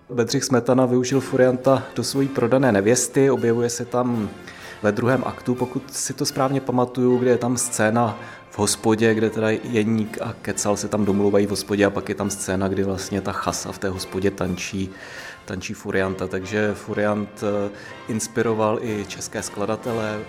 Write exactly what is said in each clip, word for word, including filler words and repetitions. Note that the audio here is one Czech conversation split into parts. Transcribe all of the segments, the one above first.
Bedřich Smetana využil furianta do svojí prodané nevěsty, objevuje se tam ve druhém aktu, pokud si to správně pamatuju, kde je tam scéna v hospodě, kde teda Jeník a Kecal se tam domluvají v hospodě a pak je tam scéna, kdy vlastně ta chasa v té hospodě tančí, tančí furianta, takže furiant inspiroval i české skladatele.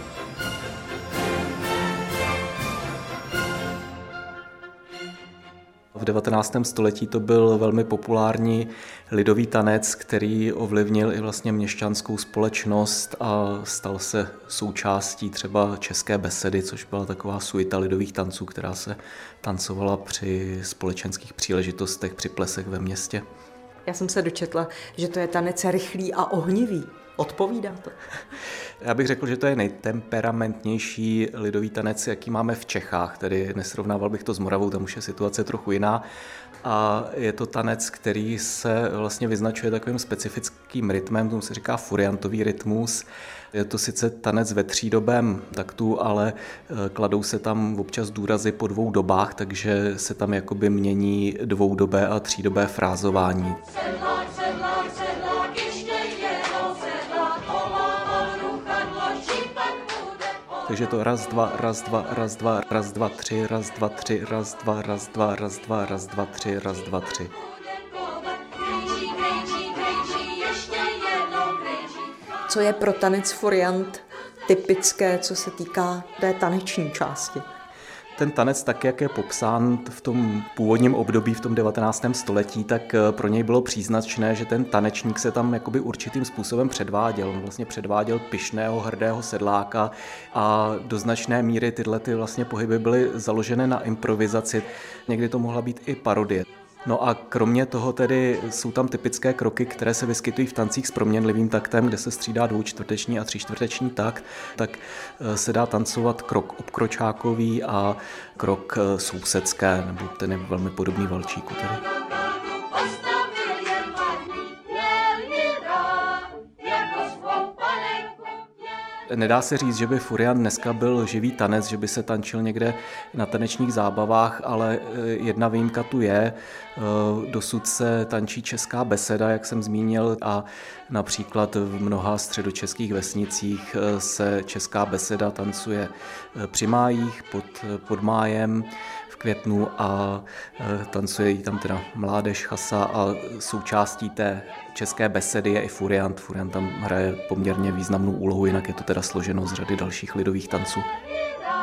V devatenáctém století to byl velmi populární lidový tanec, který ovlivnil i vlastně měšťanskou společnost a stal se součástí třeba české besedy, což byla taková suita lidových tanců, která se tancovala při společenských příležitostech, při plesech ve městě. Já jsem se dočetla, že to je tanec rychlý a ohnivý. Odpovídá to? Já bych řekl, že to je nejtemperamentnější lidový tanec, jaký máme v Čechách, tedy nesrovnával bych to s Moravou, tam už je situace trochu jiná. A je to tanec, který se vlastně vyznačuje takovým specifickým rytmem, tomu se říká furiantový rytmus. Je to sice tanec ve třídobém taktu, ale kladou se tam občas důrazy po dvou dobách, takže se tam jakoby mění dvoudobé a třídobé frázování. Takže to raz, dva, raz, dva, raz, dva, raz, dva, tři, raz, dva, tři, raz, dva, raz, dva, raz, dva, raz, dva, tři, raz, dva, tři. Co je pro tanec furiant typické, co se týká té taneční části? Ten tanec, tak jak je popsán v tom původním období v tom devatenáctém století, tak pro něj bylo příznačné, že ten tanečník se tam jakoby určitým způsobem předváděl. On vlastně předváděl pyšného, hrdého sedláka a do značné míry tyhle ty vlastně pohyby byly založené na improvizaci. Někdy to mohla být i parodie. No a kromě toho tedy jsou tam typické kroky, které se vyskytují v tancích s proměnlivým taktem, kde se střídá dvoučtvrteční a tříčtvrteční takt, tak se dá tancovat krok obkročákový a krok sousedské, nebo ten je velmi podobný valčíku tedy. Nedá se říct, že by furiant dneska byl živý tanec, že by se tančil někde na tanečních zábavách, ale jedna výjimka tu je. Dosud se tančí česká beseda, jak jsem zmínil, a například v mnoha středočeských vesnicích se česká beseda tancuje při májích, pod, pod májem, v květnu a tancuje jí tam teda mládež, chasa a součástí té české besedy je i furiant. Furiant tam hraje poměrně významnou úlohu, jinak je to teda složeno z řady dalších lidových tanců.